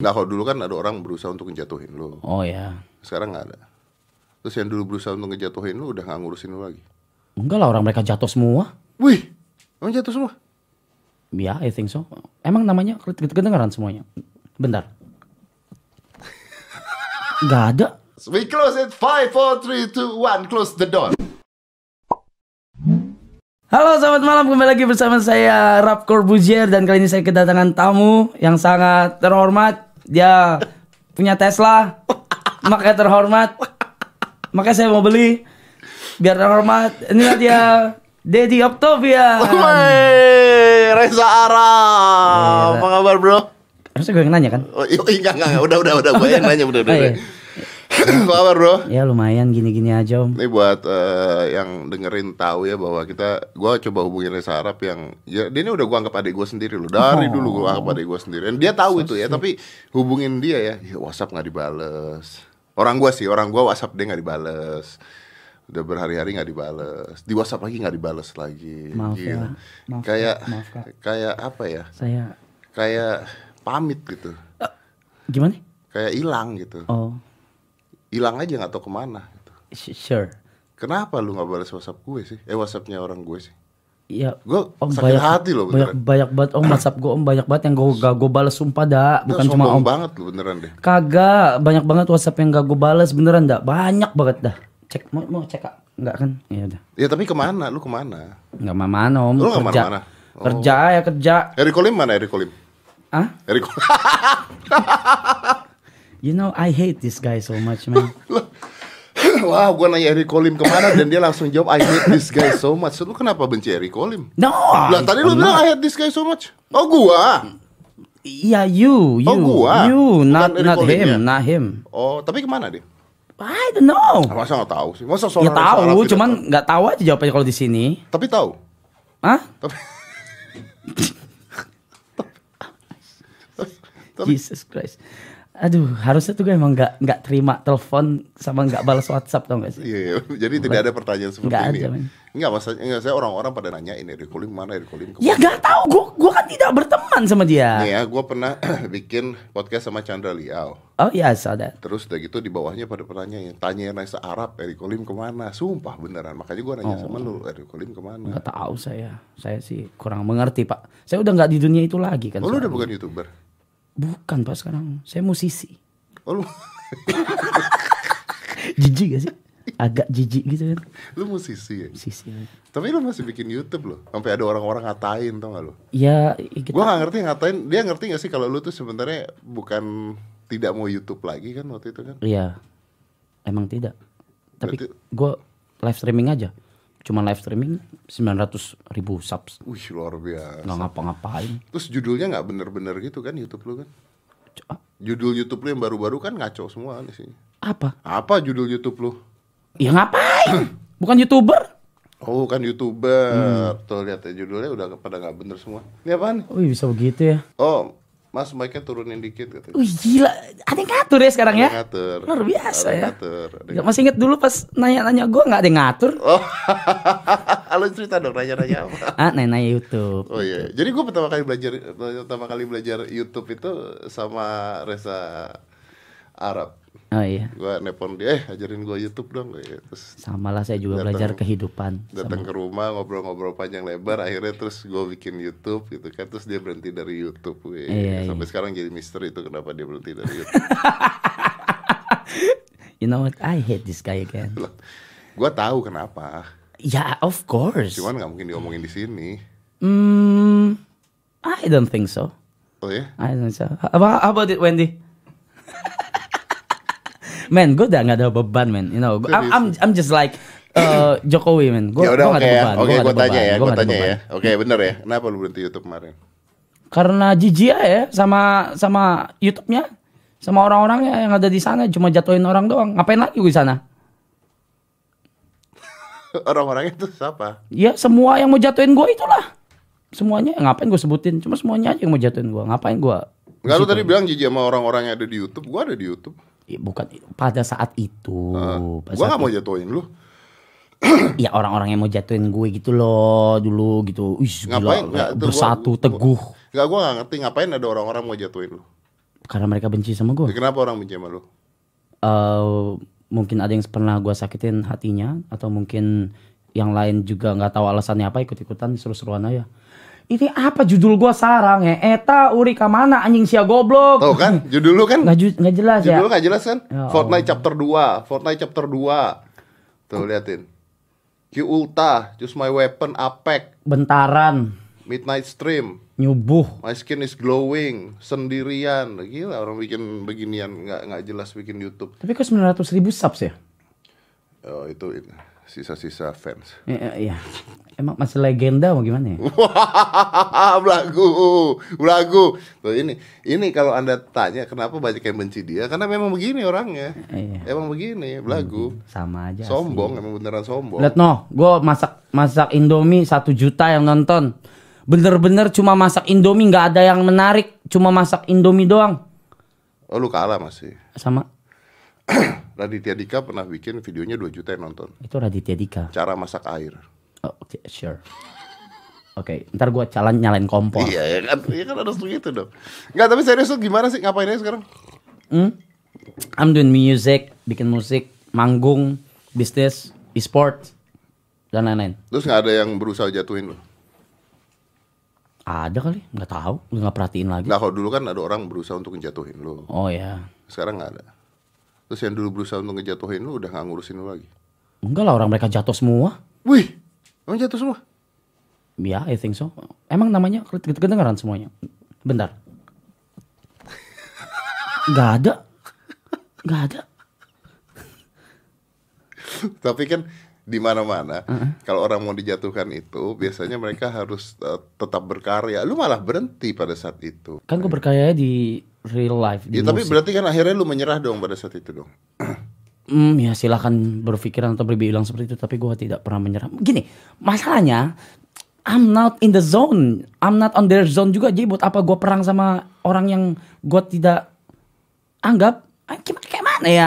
Nggak, kalau dulu kan ada orang berusaha untuk ngejatuhin lu. Oh ya. Sekarang nggak ada. Terus yang dulu berusaha untuk ngejatuhin lu udah nggak ngurusin lu lagi. Enggak lah, orang mereka jatuh semua. Wih, emang jatuh semua? Ya, I think so. Emang namanya kedengaran semuanya. Bentar. Nggak ada. We close it. 5, 4, 3, 2, 1. Close the door. Halo selamat malam, kembali lagi bersama saya Rap Corbuzier. Dan kali ini saya kedatangan tamu yang sangat terhormat. Dia punya Tesla, makanya terhormat. Makanya saya mau beli biar terhormat. Inilah dia, Deddy Octavian. Wey, Reza Arab. Apa kabar bro? Harusnya gue yang nanya kan? Oh, enggak. Udah. Gue yang nanya, udah. Iya. Apa kabar bro? Ya lumayan gini-gini aja om. Ini buat yang dengerin tahu ya bahwa gue coba hubungin Reza Arab yang ya, dia ini udah gue anggap adik gue sendiri loh. Dari dulu gue anggap adik gue sendiri. Dan dia tahu itu ya, tapi hubungin dia ya WhatsApp nggak dibales. Orang gue WhatsApp dia nggak dibales. Udah berhari-hari nggak dibales. Di WhatsApp lagi nggak dibales lagi. Maaf gitu. ya. Maaf, Kayak apa ya? Saya Kayak pamit gitu. gimana? Kayak hilang gitu. Oh, Hilang aja nggak tahu kemana gitu. sure. Kenapa lu nggak balas WhatsApp gue sih? WhatsAppnya orang gue sih. Iya. Gue Om sakit hati loh beneran. banyak banget om WhatsApp gue om, banyak banget yang gue balas sumpah dah. Bukan cuma sombong om. banget lu beneran deh. Kagak, banyak banget WhatsApp yang gak gue balas beneran dah. Banyak banget dah. Cek mau cek Kak? Enggak kan? Ya udah. Ya tapi kemana? Lu kemana? Enggak mana om. Lu nggak Kerja. mana-mana? Oh. Kerja ya kerja. Eric Kolim mana Eric Kolim? Ah? Eric Kolim. You know I hate this guy so much man. Wah, gue nanya Eric Kolim kemana dan dia langsung jawab I hate this guy so much. Lu kenapa benci Eric Kolim? No. Lah tadi lu bilang I hate this guy so much. Oh gua. Iya you. Oh, gua. You, Bukan not Eric Kolim him, ya? not him. Oh tapi kemana dia? I don't know. Masa nggak tahu sih? Masa Ya seorang tahu, Arab tidak cuman tahu? nggak tahu aja jawabannya kalau di sini. Tapi tahu. Hah? Tapi Jesus Christ. Aduh, harusnya tuh gue emang nggak terima telepon sama nggak balas WhatsApp tau gak sih? Iya. Jadi tidak ada pertanyaan seperti Nggak ini. ada, Ya? men. Enggak, maksudnya saya orang-orang pada nanyain Eric Kolim mana, Eric Kolim kemana. Ya nggak tahu, gue kan tidak berteman sama dia. Nih ya, gue pernah bikin podcast sama Chandra Liao. Oh iya, I saw that. Terus udah gitu di bawahnya pada pertanyaan, tanya Reza Arab, Eric Kolim kemana? Sumpah beneran, makanya gue nanya sama lu, Eric Kolim kemana? Nggak tahu saya sih kurang mengerti pak. Saya udah nggak di dunia itu lagi kan. Oh lu udah soalnya. bukan YouTuber? Bukan pak sekarang, saya musisi. Oh lu, Jijik gak sih? Agak jijik gitu kan. lu musisi ya? Musisi. Tapi lu masih bikin YouTube loh, sampai ada orang-orang ngatain tau gak lu? Ya, Gue gak ngerti ngatain, dia ngerti gak sih kalau lu tuh sebenarnya bukan tidak mau YouTube lagi kan waktu itu kan? Iya, emang tidak. Tapi Berarti- gue live streaming aja. Cuma live streaming 900.000 subs. Wih luar biasa. Nggak ngapa-ngapain. Terus judulnya nggak bener-bener gitu kan YouTube lu kan? Ah, Judul YouTube lu yang baru-baru kan ngaco semua kan isinya. apa? Apa judul YouTube lu? Ya ngapain? Bukan YouTuber. Oh kan YouTuber. Tuh lihat ya judulnya udah pada nggak bener semua. Ini apaan nih? Wih bisa begitu ya. Oh Mas mic-nya turunin dikit katanya. Wih gila. Ada yang ngatur ya sekarang ya. Ada yang ngatur. Luar biasa Ada yang ya. ngatur. Ada yang- Gak masih inget dulu pas nanya-nanya gue gak ada yang ngatur. Oh, lu cerita dong nanya-nanya apa? Nanya YouTube. Oh iya, jadi gue pertama kali belajar YouTube itu sama Reza Arab. Oh iya. Gue nepon dia, ajarin gue YouTube dong. Terus Sama lah saya juga Datang- belajar kehidupan. datang ke rumah ngobrol-ngobrol panjang lebar, akhirnya terus gue bikin YouTube gitu kan, terus dia berhenti dari YouTube. Iya, Sampai sekarang jadi misteri itu kenapa dia berhenti dari YouTube. You know what? I hate this guy again. Gue tahu kenapa, Ya of course. cuman nggak mungkin diomongin di sini. I don't think so. Oh ya? I don't think so. How about it Wendy? Man, gue udah gak ada beban man. You know, I'm just like Jokowi man. Gue Ya udah gak oke ada ya, beban. oke Gua nggak gue ada tanya beban. ya, Gua gue nggak ada tanya beban. ya. Oke bener ya, kenapa lu berhenti YouTube kemarin? Karena jijik ya sama YouTube-nya, sama orang-orangnya yang ada di sana, cuma jatuhin orang doang. Ngapain lagi gue di sana? Orang-orangnya itu siapa? Ya semua yang mau jatuhin gue itulah. Semuanya ngapain gue sebutin? Cuma semuanya aja yang mau jatuhin gue. Ngapain gue? Enggak, lu tadi bilang jijik sama orang-orang yang ada di YouTube. Gue ada di YouTube. Ya, bukan pada saat itu. Pada Gue saat gak mau jatuhin lu. ya orang-orang yang mau jatuhin gue gitu loh dulu gitu. Wih, Ngapain? gila, Nggak, itu bersatu teguh. Enggak, gue gak ngerti ngapain ada orang-orang mau jatuhin lu. Karena mereka benci sama gue. Kenapa orang benci sama lu? Mungkin ada yang pernah gue sakitin hatinya, atau mungkin yang lain juga nggak tahu alasannya apa, ikut-ikutan seru-seruan aja. Ini apa judul gue sarang ya? Eta uri kamana anjing sia goblok. Tuh kan, judul lu kan nggak jelas ya. judul lu nggak jelas kan? Ya Fortnite chapter 2, Fortnite chapter 2. Tuh liatin. Q Ulta, Choose My Weapon, Apex, Bentaran, Midnight Stream, nyubuh. My Skin is Glowing, Sendirian. Gila orang bikin beginian nggak jelas bikin YouTube. Tapi kok 900.000 subs ya? Oh itu sisa-sisa fans. Iya. Emang masih legenda mau gimana ya? Belagu. Tuh ini kalau Anda tanya kenapa banyak yang benci dia, karena memang begini orangnya. Iya. Emang begini, belagu. Sama aja. Sombong, emang beneran sombong. Lihat no, gue masak Indomie 1 juta yang nonton. Bener-bener cuma masak Indomie, nggak ada yang menarik, cuma masak Indomie doang. Oh lu kalah masih. Sama Raditya Dika pernah bikin videonya 2 juta yang nonton. itu Raditya Dika. Cara masak air. Oh, oke, sure. Oke, ntar gue nyalain kompor. Iya kan harus begitu dong. Enggak, tapi serius lu gimana sih ngapain aja sekarang? I'm doing music, bikin musik, manggung, bisnis, e-sport, dan lain-lain. Terus nggak ada yang berusaha jatuhin lu? Ada kali, nggak tahu, nggak perhatiin lagi. Nah kalau dulu kan ada orang berusaha untuk ngejatuhin lu. Oh ya, Sekarang nggak ada. Terus yang dulu berusaha untuk ngejatuhin lu udah nggak ngurusin lu lagi. enggak lah, orang mereka jatuh semua. Wih, emang jatuh semua? Ya, I think so. Emang namanya kedengeran semuanya. Bentar. Nggak ada. Tapi kan di mana-mana kalau orang mau dijatuhkan itu biasanya mereka harus tetap berkarya. Lu malah berhenti pada saat itu. Kan gue berkarya di real life, di Ya tapi musik. berarti kan akhirnya lu menyerah dong pada saat itu dong. Ya silakan berpikiran atau berbilang seperti itu, tapi gue tidak pernah menyerah. Gini, masalahnya I'm not in the zone, I'm not on their zone juga. Jadi buat apa gue perang sama orang yang gue tidak anggap? Kayak mana ya?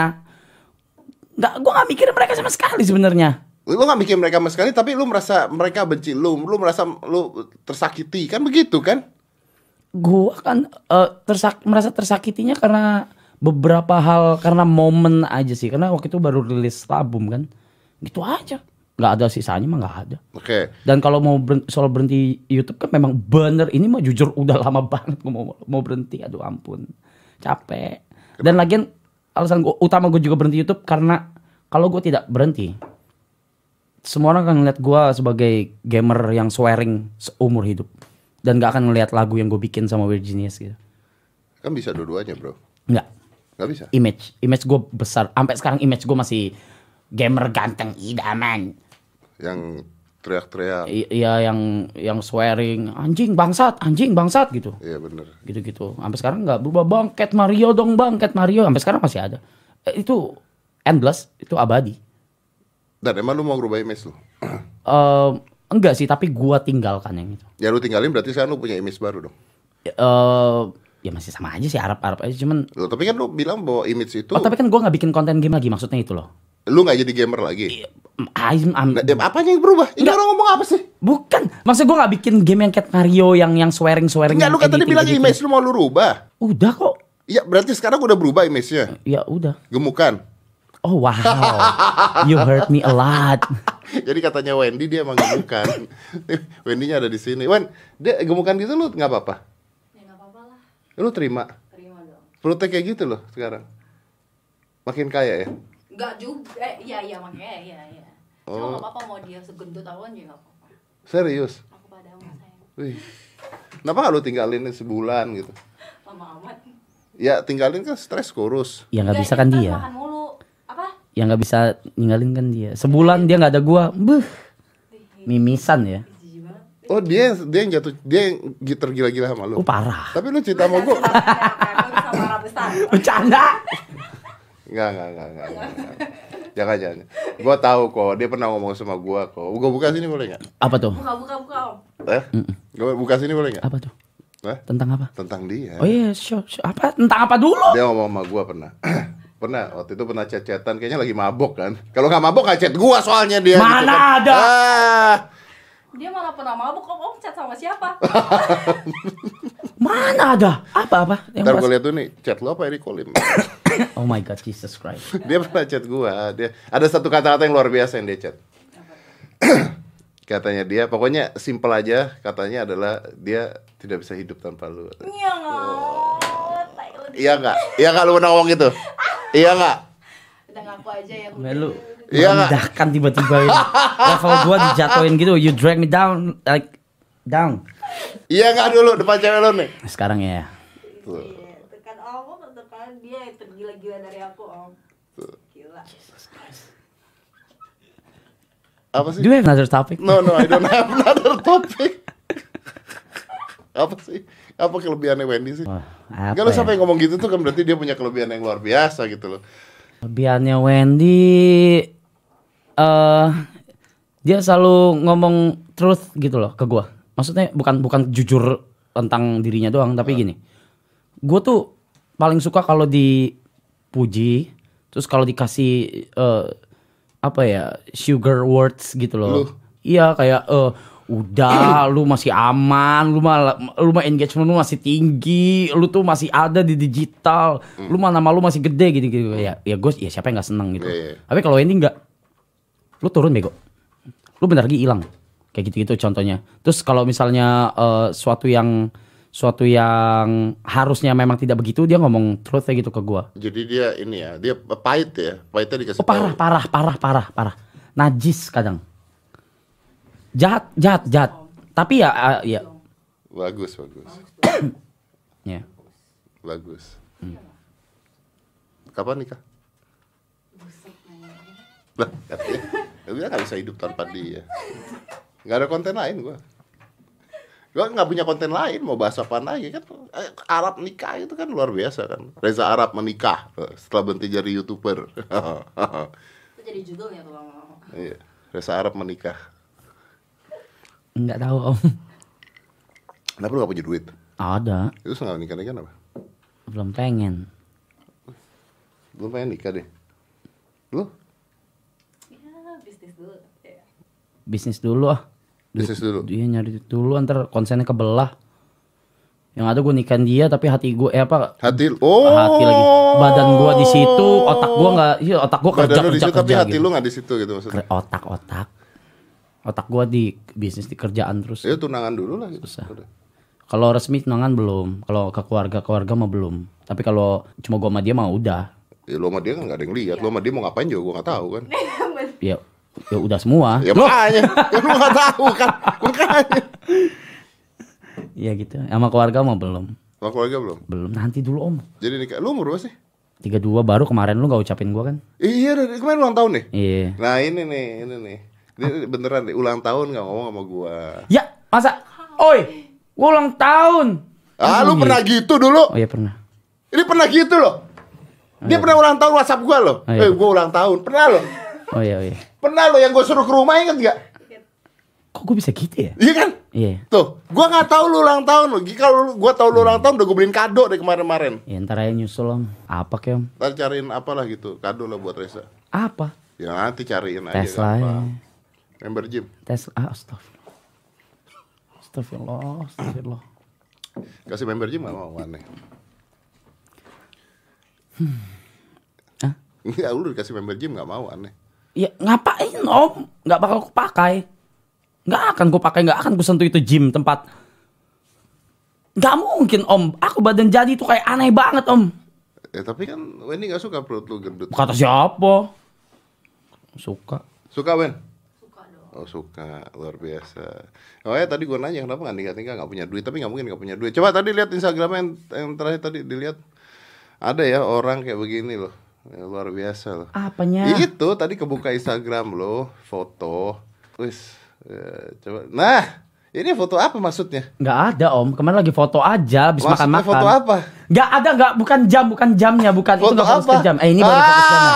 Gue nggak mikirin mereka sama sekali sebenarnya. Lu gak mikir mereka sama sekali, tapi lu merasa mereka benci lu merasa lu tersakiti, kan begitu kan? Gue kan merasa tersakitinya karena beberapa hal, karena momen aja sih. Karena waktu itu baru rilis album kan, gitu aja. Nggak ada sisanya mah, nggak ada. Oke. Dan kalau mau soal berhenti YouTube kan memang bener, ini mah jujur udah lama banget gue mau berhenti. Aduh ampun, capek. Dan lagian alasan utama gue juga berhenti YouTube karena kalau gue tidak berhenti, semua orang akan ngeliat gue sebagai gamer yang swearing seumur hidup, dan gak akan ngeliat lagu yang gue bikin sama Weird Genius gitu. Kan bisa dua-duanya bro. Nggak Gak bisa. image gue besar. Sampai sekarang image gue masih gamer ganteng idaman. Yang teriak-teriak. Iya, yang swearing anjing bangsat gitu. Iya bener. Gitu-gitu. Sampai sekarang nggak berubah. Bang, Cat Mario dong bang, Cat Mario. Sampai sekarang masih ada. Itu endless, itu abadi. Dan emang lu mau ngerubah image lu? Enggak sih, tapi gua tinggalkan yang itu. Ya lu tinggalin berarti sekarang lu punya image baru dong. Ya masih sama aja sih, Arab aja cuman. Loh, tapi kan lu bilang bahwa image itu Tapi kan gua nggak bikin konten game lagi, maksudnya itu loh. lu gak jadi gamer lagi. Apanya yang berubah? Ini orang ngomong apa sih? Bukan, maksud gua nggak bikin game yang Cat Mario yang swearing. Enggak, lu kan tadi bilang image lu mau lu rubah. Udah kok. Iya, berarti sekarang udah berubah image-nya. Ya udah. Gemukan. Oh wow, you hurt me a lot. Jadi katanya Wendy dia emang gemukan. Wendy-nya ada di sini. Wen, dia gemukan gitu lu nggak apa-apa? Ya nggak apa-apa lah, Lu terima? terima dong. Perutnya kayak gitu loh sekarang. Makin kaya ya? Nggak juga, iya makanya iya. Cuma nggak apa-apa mau dia segendut awan juga nggak apa-apa. Serius? Aku padamu sayang. Wih. Kenapa gak lu tinggalin sebulan gitu? Lama amat. Ya tinggalin kan stres kurus. Ya nggak Nggak, bisa kan ntar dia. Makan mulu. Apa? Ya nggak bisa ninggalin kan dia. Sebulan dia nggak ada gua. Mimisan ya. Jijik banget. Oh dia yang jatuh, dia yang tergila-gila sama lu. Oh parah. Tapi lu cerita sama gua. Aku sama marah besar. Bercanda. Enggak. Jangan. Gua tahu kok, dia pernah ngomong sama gua kok. Gua buka sini boleh enggak? Apa tuh? Buka. Gua buka sini boleh enggak? Apa tuh? Hah? Tentang apa? Tentang dia. Oh iya, sure. Apa? Tentang apa dulu? Dia ngomong sama gua pernah. Pernah, waktu itu pernah chat-chatan, kayaknya lagi mabok kan. Kalau nggak mabok nggak chat gua soalnya dia. Mana gitu kan. ada? Ah. Dia malah pernah mabuk, om chat sama siapa? Mana ada? Apa? Yang Ntar pas- gue lihat tuh nih chat lo apa Eric Colim. Oh my god, Jesus Christ. Dia pernah chat gua. Dia ada satu kata-kata yang luar biasa yang dia chat. Katanya dia, pokoknya simple aja. Katanya adalah dia tidak bisa hidup tanpa lu. Iya nggak? Iya nggak? Iya nggak lu pernah ngomong gitu? Iya nggak? Udah ngaku aja ya. Melu Iya nggak? merendahkan tiba-tiba ya. Level gua dijatuhin gitu. You drag me down like down. Iya nggak dulu depan cewek lo nih? Sekarang ya. Iya, tekan om, tekan dia yang tergila-gila dari aku om. Gila. Apa sih? Do you have another topic? No, I don't have another topic. Apa sih? Apa kelebihannya Wendy sih? Wah, Enggak lo apa sampai ya? ngomong gitu tuh kan berarti dia punya kelebihan yang luar biasa gitu loh. Kelebihannya Wendy dia selalu ngomong truth gitu loh ke gua. Maksudnya bukan jujur tentang dirinya doang, tapi gini. Gua tuh paling suka kalau dipuji, terus kalau dikasih apa ya, sugar words gitu loh. Lu? Iya kayak udah lu masih aman, lu mah engagement lu masih tinggi, lu tuh masih ada di digital, lu mah nama lu masih gede gitu ya gue ya siapa yang nggak seneng gitu. Iya. Tapi kalau Wendy enggak, lu turun bego, lu bentar lagi hilang kayak gitu contohnya. Terus kalau misalnya suatu yang harusnya memang tidak begitu, dia ngomong truth gitu ke gua. Jadi dia ini ya, dia pahit ya. Pahitnya dikasih Oh parah, najis kadang, jahat. Tapi ya Bagus. ya. Bagus. Kapan nikah? Lah, katanya, gue gak bisa hidup tanpa dia. Gak ada konten lain gue. Gue gak punya konten lain, mau bahas apa lagi kan. Arab nikah itu kan luar biasa kan. Reza Arab menikah setelah berhenti jadi YouTuber. Itu jadi judulnya tuh lama-lama. Iya, Reza Arab menikah. Nggak tahu om. Kenapa lu gak punya duit? Ada, Itu gak nikah-nikah apa? belum pengen. Belum pengen nikah deh. Lu? Ya, bisnis dulu. Ya. Bisnis dulu ah. Bisnis dulu. Dia nyari duit dulu, antar konsennya kebelah. Yang ada gue nikahin dia tapi hati gue Hati hati lagi. Badan gue di situ, otak gue nggak, iya otak gue Badan lu di kerja situ tapi hati gitu. lu gak di situ gitu maksudnya. Otak gue di bisnis, di kerjaan terus. Ya tunangan dulu lah gitu. Susah. Udah. Kalau resmi tunangan belum, kalau ke keluarga mah belum. Tapi kalau cuma gue sama dia mah udah. Ya lu sama dia kan gak ada yang lihat. Lu sama dia mau ngapain juga gue gak tahu kan. Ya udah semua. Ya makanya, ya lu gak tahu kan. Makanya. Iya gitu. Sama keluarga mah belum. Sama keluarga belum? Belum, nanti dulu om. Jadi nikah, lu umur berapa sih? 32 baru kemarin lu gak ucapin gue kan? Iya, kemarin ulang tahun nih. Iya. Nah ini nih. Ini beneran nih, ulang tahun gak ngomong sama gua. Ya, masa? Oi, gua ulang tahun. Ah, lu pernah gitu dulu? Oh iya pernah. Ini pernah gitu loh. Dia pernah ulang tahun WhatsApp gua loh. Oh, iya. Gua ulang tahun, pernah loh. Oh iya. Pernah loh yang gua suruh ke rumah, inget gak? Kok gue bisa gitu ya? Iya kan? Iya. Tuh, gua gak tahu lu ulang tahun loh. Kalau gua tahu lu ulang tahun udah gua beliin kado deh kemarin-kemarin. Ya ntar aja nyusul om. Apa ke om? Ntar cariin apalah gitu, kado lah buat Reza. Apa? Ya nanti cariin aja. Tesla ya. gampang. Member gym. Tesla. Astagfirullah. Kasih member gym gak mau aneh. Hah? Enggak, lu dikasih member gym gak mau aneh. Ya ngapain om? Gak bakal aku pakai. Gak akan gue pakai, gak akan gue sentuh itu gym tempat. Gak mungkin om. Aku badan jadi itu kayak aneh banget om. Ya tapi kan Wendy gak suka perut lu gendut. Kata siapa? Suka. Suka Wen? Suka dong. Oh suka, luar biasa. Oh ya tadi gue nanya kenapa gak nikah-nikah gak punya duit. Tapi gak mungkin gak punya duit. Coba tadi lihat Instagramnya yang terakhir tadi dilihat. Ada ya orang kayak begini loh. Ya, luar biasa loh. Apanya? Itu tadi kebuka Instagram lo, foto. Wis, ya, coba. Nah, ini foto apa maksudnya? Nggak ada om, kemarin lagi foto aja, habis Maksudnya makan-makan. foto apa? Nggak ada, bukan jamnya, bukan. Itu Foto nggak fokus apa? ke jam. Ini baru fokus jamnya.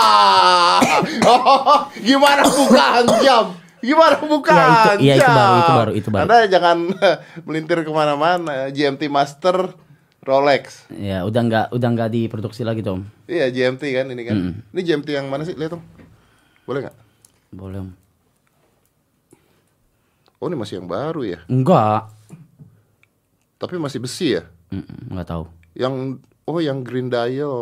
Oh, gimana bukaan jam? Gimana bukaan Iya, itu jam? itu baru. Anda jangan melintir kemana-mana. GMT Master Rolex. Ya, udah nggak diproduksi lagi tuh om. Iya, GMT kan ini kan. Ini GMT yang mana sih? Lihat dong. Boleh nggak? Boleh om. Oh, ini masih yang baru ya? Enggak. Tapi masih besi ya? Nggak tahu. Yang Green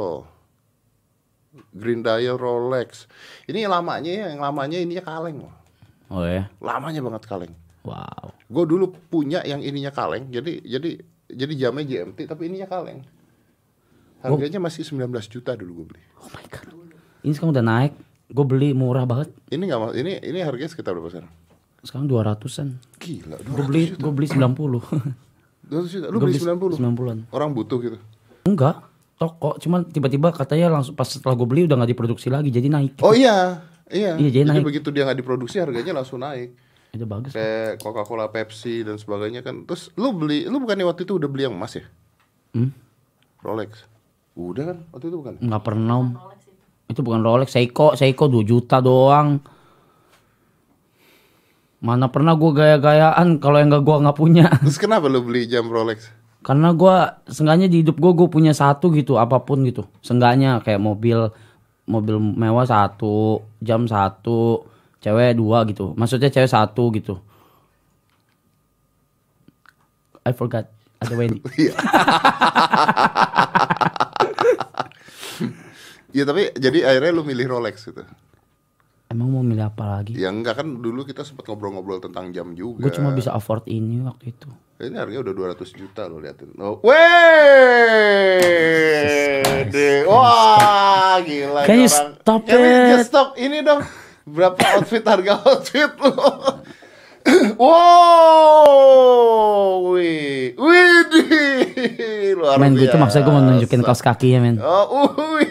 Dial Rolex. Ini yang lamanya ininya kaleng loh. Oh ya. Lamanya banget kaleng. Wow. Gue dulu punya yang ininya kaleng. Jadi jamnya GMT tapi ininya kaleng. Harganya masih 19 juta dulu gue beli. Oh my god. Ini sekarang udah naik. Gue beli murah banget. Ini harganya sekitar berapa sekarang? Sekarang 200-an. Gila, Gue beli 90. 200 juta. Lu beli 90? 90-an. Orang butuh gitu. Enggak. Toko, cuman tiba-tiba katanya langsung pas setelah gue beli udah nggak diproduksi lagi, jadi naik. Oh iya. Jadi naik. Begitu dia nggak diproduksi harganya langsung naik. Itu bagus. Kayak Coca-Cola, Pepsi dan sebagainya kan. Terus lu bukannya waktu itu udah beli yang emas ya? Rolex. Udah kan waktu itu bukan? Nggak pernah Om. Itu bukan Rolex, Seiko 2 juta doang. Mana pernah gue gaya-gayaan kalau yang gue nggak punya. Terus kenapa lu beli jam Rolex? Karena gue seenggaknya di hidup gue punya satu gitu, apapun gitu. Seenggaknya kayak mobil mewah 1, jam 1, cewek 2 gitu. Maksudnya cewek 1 gitu. I forgot, ada Wendy. Ya tapi jadi akhirnya lu milih Rolex gitu. Emang mau milih apa lagi? Ya enggak kan dulu kita sempat ngobrol-ngobrol tentang jam juga. Gue cuma bisa afford ini waktu itu. Ini harganya udah 200 juta lo liatin. Oh, wah, gila. Can you stop Can we it? just stop ini dong. Berapa harga outfit lo? Wow, wih, luar Men, gue biasa. itu maksudnya gue mau nunjukin kaos kakinya men. Oh,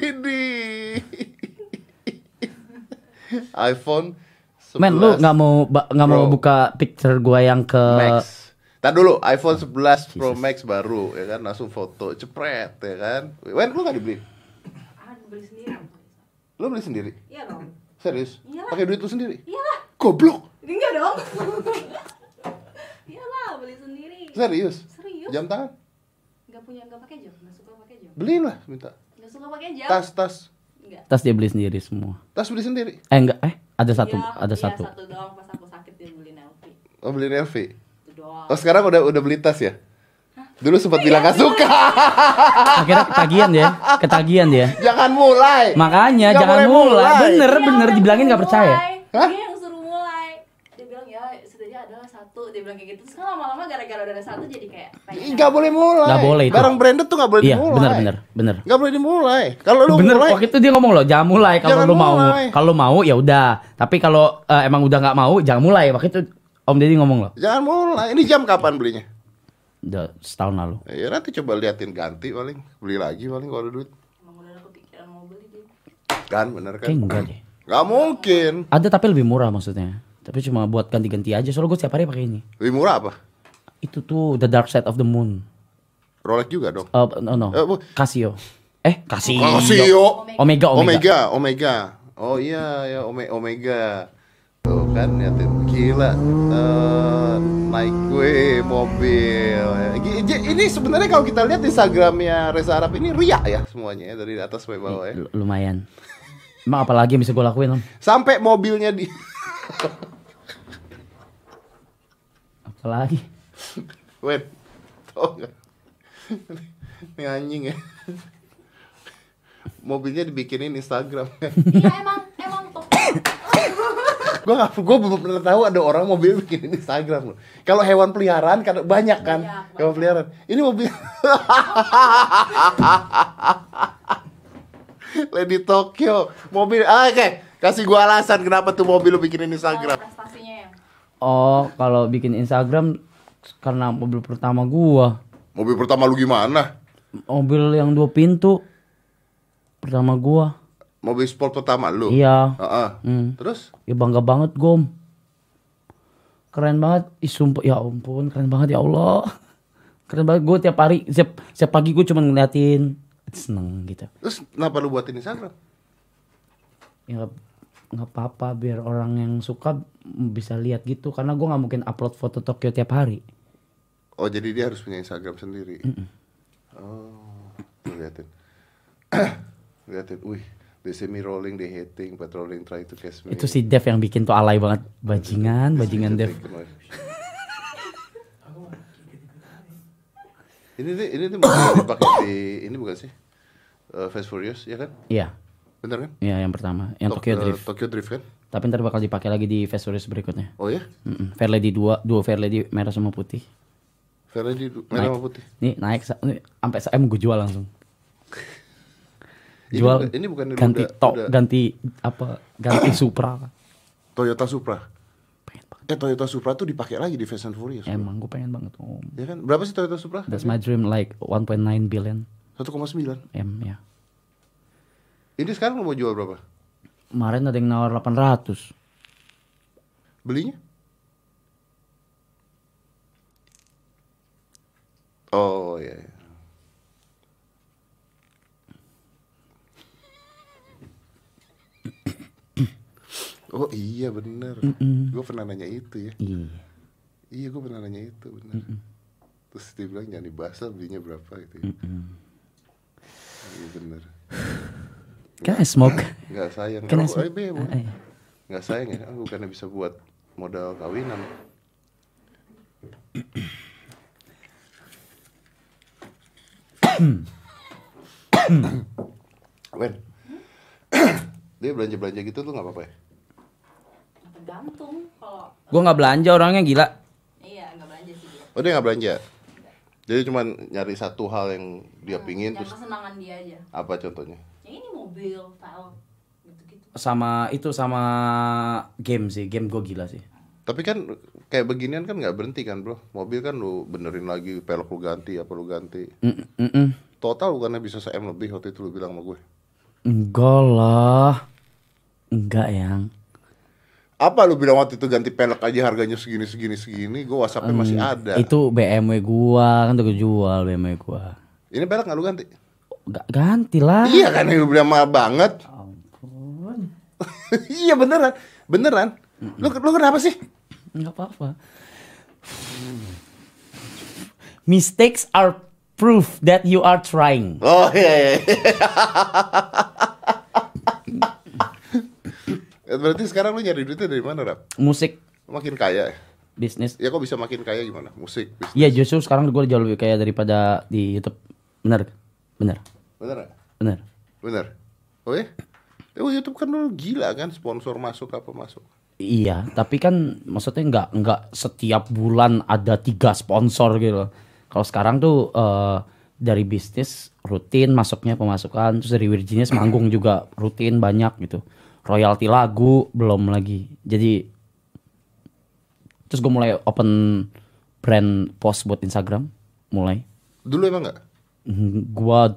iPhone 11 Men, lu nggak mau buka picture gue yang ke Max. Tadi dulu iPhone 11 Pro Max baru ya kan, langsung foto cepret ya kan. Wen, lu nggak dibeli? Beli sendiri. Lu beli sendiri? Iya dong. Serius? Iyalah. Pakai duit lu sendiri? Iyalah. Goblok. Enggak dong. Iyalah, beli sendiri. Serius? Serius? Jam tangan? Enggak pakai jam, enggak suka pakai jam. Beliin lah, minta. Enggak suka pakai jam. Tas. Enggak. tas dia beli sendiri semua. Tas beli sendiri? Enggak, ada satu, Iya, ada iya, satu. satu doang pas aku sakit dia beliin LV. Oh, beliin LV. Itu doang. Oh, sekarang udah beli tas ya? Dulu sempat bilang gak suka. Akhirnya ketagihan dia. Jangan mulai. Makanya Nggak jangan boleh mulai. Bener Dia dibilangin yang nggak percaya. mulai. Hah? Dia yang suruh mulai. Dia bilang ya setidaknya adalah satu. Dia bilang kayak gitu. Terus kan lama-lama gara-gara udah ada satu jadi kayak pengen. Nggak boleh mulai. Nggak boleh itu. Barang branded tuh nggak boleh Iya, dimulai. bener. Nggak boleh dimulai. Kalau lu Bener, mulai, waktu itu dia ngomong loh, jangan mulai kalau Jangan lu mau. mulai. Kalau mau ya udah. Tapi kalau emang udah nggak mau, jangan mulai. Waktu itu Om Deddy ngomong loh. jangan mulai. Ini jam kapan belinya? Udah setahun lalu. Ya nanti coba liatin ganti paling, beli lagi paling kalau ada duit. Emang udah ada kepikiran mau beli dia. Kan bener kan? Kayak enggak deh. Nggak mungkin. Ada tapi lebih murah maksudnya. Tapi cuma buat ganti-ganti aja. Soalnya gue setiap hari pakai ini. Lebih murah apa? Itu tuh The Dark Side of the Moon. Rolex juga dong. No. Casio. Casio. Casio. Omega. Oh iya ya Omega. Tuh kan liatin gila. Naik gue mobil. Ini sebenarnya kalau kita lihat Instagramnya Reza Arab ini riak ya semuanya ya, dari atas sampai bawah ya. Lumayan. Emang apalagi yang bisa gue lakuin Om? Sampai mobilnya di Apalagi? Wen, tau gak? Ini anjing ya. Mobilnya dibikinin Instagram ya. Iya emang tuh. Gue belum pernah tahu ada orang mobil bikinin Instagram loh. Kalau hewan peliharaan kan banyak kan, hewan peliharaan. Ini mobil Lady Tokyo, mobil. Oke, kasih gue alasan kenapa tuh mobil lu bikinin Instagram. Prestasinya ya. Oh, kalau bikin Instagram karena mobil pertama gua. Mobil pertama lu gimana? Mobil yang 2 pintu pertama gua. Mobil sport pertama lu? Iya. Terus? Ya bangga banget Gom. Keren banget. Sumpah ya ampun, keren banget ya Allah. Keren banget, gue tiap hari, setiap pagi gue cuma ngeliatin, seneng gitu. Terus kenapa lu buatin Instagram? Ya nggak apa-apa, biar orang yang suka bisa lihat gitu. Karena gue nggak mungkin upload foto Tokyo tiap hari. Oh, jadi dia harus punya Instagram sendiri. Oh, tuh liatin. Liatin, wih. They see me rolling, they hating, patrolling, try to catch me. Itu si Dev yang bikin tuh alay banget. Bajingan Dev. Ini tuh mau dipakai di ini bukan sih? Fast Furious ya kan? Iya. Bener kan? Iya, yang pertama, yang Tokyo Drift. Tokyo Drift kan? Tapi ntar bakal dipakai lagi di Fast Furious berikutnya. Oh ya? Fairlady 2, duo Fairlady merah sama putih. Fairlady merah sama putih. Nih naik sampai saya gue jual langsung. Jual. Ini bukan ganti ganti Supra. Toyota Supra. Pengen banget. Toyota Supra tuh dipakai lagi di Fast and Furious. Emang gue pengen banget om. Ya kan? Berapa sih Toyota Supra? That's my dream, like 1.9 billion 1,9. M ya. Ini sekarang lo mau jual berapa? Kemarin ada yang nawar 800. Belinya? Oh iya. Oh iya bener. Gue pernah nanya itu ya. Iya gue pernah nanya itu bener. Terus dia bilang jangan dibahas lah belinya berapa gitu ya. Iya bener. Can I smoke? Gak sayang. Can I Kalau smoke? gak sayang ya. Bukannya bisa buat modal kawinan. Wen, dia belanja gitu tuh nggak apa-apa ya? Tergantung kalau Gue nggak belanja orangnya gila. iya nggak belanja sih dia. Oh dia nggak belanja? Jadi cuma nyari satu hal yang dia pingin Yang terus kesenangan dia aja. apa contohnya? Yang ini mobil, file, gitu-gitu. Sama game sih, game gue gila sih. Tapi kan kayak beginian kan nggak berhenti kan bro? Mobil kan lu benerin lagi, pelek lu ganti, apa lu ganti. Total bukannya bisa se-M lebih waktu itu lu bilang sama gue. Enggak lah. Enggak yang. Apa lu bilang waktu itu ganti pelek aja harganya segini, gue WhatsAppnya masih ada. Itu BMW gua, kan udah gue jual BMW gua. Ini pelek nggak lu ganti? Gak ganti lah. Iya kan lu bilang mahal banget. Ampun. Iya beneran. Lu kenapa sih? Enggak apa-apa. Mistakes are proof that you are trying. Oh iya. Berarti sekarang lu nyari duitnya dari mana, Rap? Musik, Makin kaya ya? bisnis. Ya kok bisa makin kaya gimana? Musik, bisnis. Iya justru sekarang gue jauh lebih kaya daripada di YouTube. Bener. Bener gak? Bener. Bener. Oh ya? YouTube kan dulu gila kan, sponsor masuk apa masuk. Iya, tapi kan maksudnya nggak setiap bulan ada 3 sponsor gitu loh. Kalau sekarang tuh dari bisnis rutin masuknya pemasukan, terus dari Virginia manggung juga rutin banyak gitu. Royalti lagu belum lagi. Jadi terus gue mulai open brand post buat Instagram, mulai. Dulu emang nggak? Gua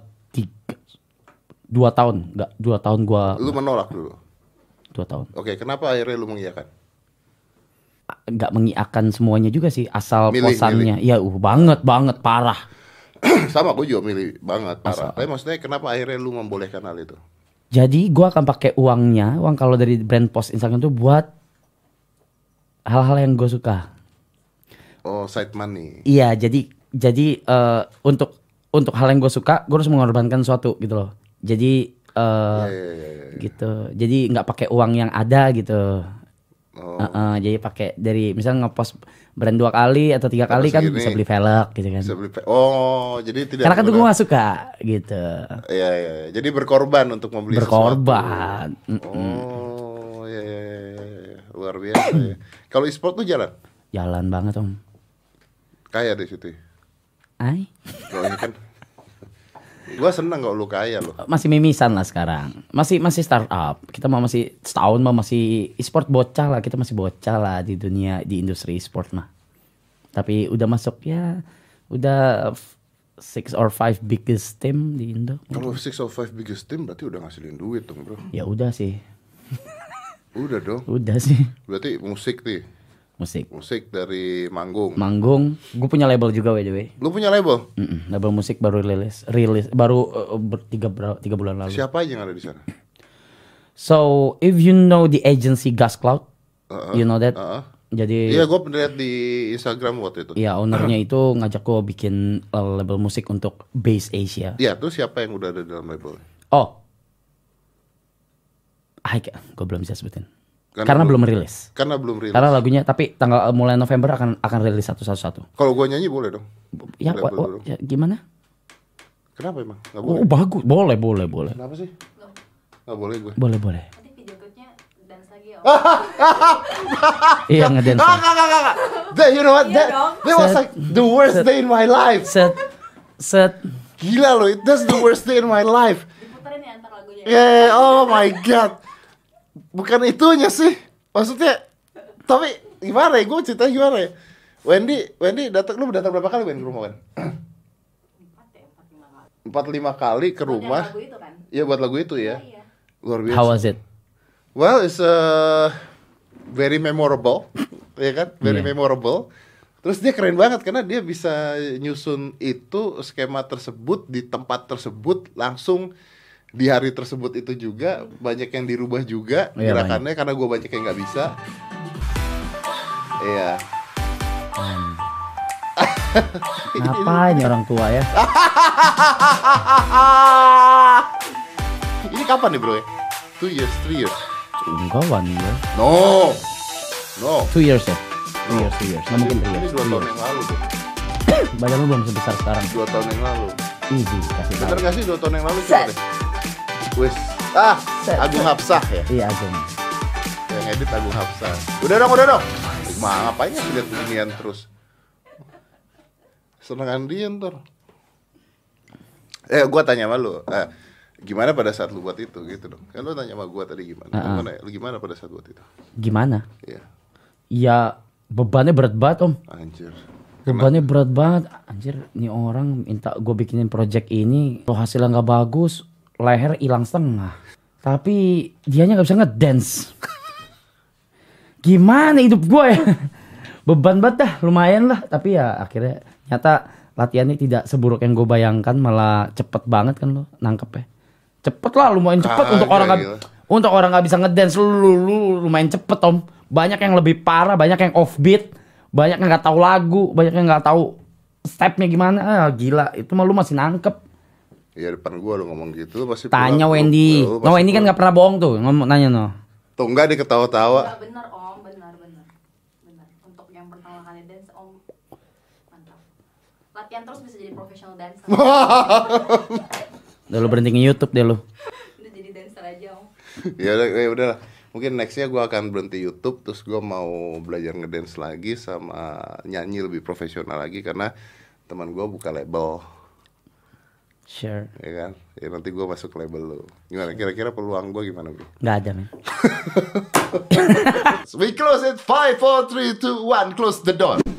2 tahun, nggak 2 tahun gua. Lu menolak dulu? 2 tahun. Oke, kenapa akhirnya lu mengiyakan? Nggak mengiakan semuanya juga sih, asal Milih. posannya. Iya, banget parah. Sama, gue juga milih banget parah. Tapi maksudnya kenapa akhirnya lu membolehkan hal itu? Jadi gua akan pakai uang kalau dari brand post Instagram tuh buat hal-hal yang gue suka. Oh, side money. Iya, jadi untuk hal yang gue suka, gue harus mengorbankan sesuatu gitu loh. Jadi Iya. gitu. Jadi nggak pakai uang yang ada gitu. Oh. Jadi pakai dari misalnya ngepost brand 2 kali atau 3 kali kan segini. bisa beli velg gitu kan. Bisa beli oh, jadi tidak. Karena kan tuh gue gak suka gitu. Iya. Jadi berkorban untuk membeli Berkorban. sesuatu. Oh, iya. Luar biasa ya. Kalau e-sport tuh jalan? Jalan banget om. Kaya di situ. Ay. Kalau ini kan gua seneng kalau lu kaya loh. Masih mimisan lah sekarang. Masih startup. Kita masih setahun masih e-sport bocah lah. Kita masih bocah lah di industri e-sport mah. Tapi udah masuk ya udah 6 or 5 biggest team di Indo. Kalau 6 or 5 biggest team berarti udah ngasilin duit dong, Bro. Ya udah sih. Udah dong. Udah sih. Berarti musik nih. Musik dari manggung. Gue punya label juga by the way. Lu punya label? Label musik baru rilis baru 3 bulan lalu. Siapa aja yang ada di sana? So if you know the agency Gas Cloud, you know that. Jadi iya, gue pernah lihat di Instagram waktu itu. Iya, ownernya itu ngajak gue bikin label musik untuk Base Asia. Iya, terus siapa yang udah ada dalam label? Oh, gue belum bisa sebutin. Karena belum rilis. Karena belum rilis. Karena lagunya tapi mulai November akan rilis satu. Kalau gua nyanyi boleh dong. Ya, ya gimana? Kenapa emang? Nggak boleh. Oh, bagus. Boleh. Kenapa sih? Nggak boleh gue. Boleh. Nanti video klipnya dance lagi ya. Iya, ngedance. Enggak. You know what? Iya That was like the worst day in my life. Set. Gila loh, that's the worst day in my life. Diputerin ya antar lagunya. Yeah, oh my god. Bukan itunya sih. Maksudnya, tapi gimana ya? Gue cerita gimana ya? Wendy datang, lu datang berapa kali Wendy ke rumah Wen? 4-5 kali ke rumah. Lagu itu kan? Iya buat lagu itu ya. Iya. Luar biasa. How was it? Well, it's very memorable, ya kan? Very memorable. Terus dia keren banget karena dia bisa nyusun itu skema tersebut di tempat tersebut langsung di hari tersebut itu juga banyak yang dirubah juga gerakannya karena gue banyak yang nggak bisa. Iya. Ngapain ya orang tua ya? Ini kapan nih bro ya? 2 years, 3 years? Enggak, 1 year. No. 2 years ya? 2 years. Nggak mungkin 3 Ini years. 2 tahun yang lalu tuh. Badan lu belum sebesar sekarang. 2 tahun yang lalu. Easy, kasih tahu. Bener gak sih 2 tahun yang lalu coba deh. Wis. Agung Hapsah ya? Iya, Agung. Yang edit Agung Hapsah. Udah dong. Ngapain ya lihat beginian terus? Senengan dia ntar. Gua tanya sama lu. Gimana pada saat lu buat itu gitu dong? Kan lu tanya sama gua tadi gimana? Gimana pada saat buat itu? Gimana? Iya. Ya bebannya berat banget Om. Anjir. Bebannya berat banget. Anjir, nih orang minta gue bikinin project ini, kalau hasilnya nggak bagus, leher hilang setengah. Tapi dianya nggak bisa ngedance. Gimana hidup gue ya? Beban banget dah, lumayan lah. Tapi ya akhirnya nyata latihannya tidak seburuk yang gue bayangkan, malah cepet banget kan lo nangkep ya. Cepet lah, lumayan cepet untuk orang nggak bisa ngedance lu lumayan cepet Om. Banyak yang lebih parah, banyak yang offbeat, banyak yang nggak tahu lagu, banyak yang nggak tahu stepnya gimana. Gila, itu mah lu masih nangkep. Ya depan gua lu ngomong gitu pasti. Tanya Wendy. Wendy kan nggak pernah bohong tuh, nanya Tuh enggak diketawa-tawa. Enggak, bener Om, bener. Untuk yang pertama kali dance Om, mantap. Latihan terus bisa jadi professional dancer. Udah lu berhenti nge-YouTube deh lu. Udah jadi dancer aja Om. Ya udah. Mungkin nextnya gue akan berhenti YouTube, terus gue mau belajar ngedance lagi sama nyanyi lebih profesional lagi karena teman gue buka label. Sure. Ya kan? Ya nanti gue masuk label lo. Gimana? Kira-kira peluang gue gimana, Bi? Nggak ada, men. We close it. 5, 4, 3, 2, 1. Close the door.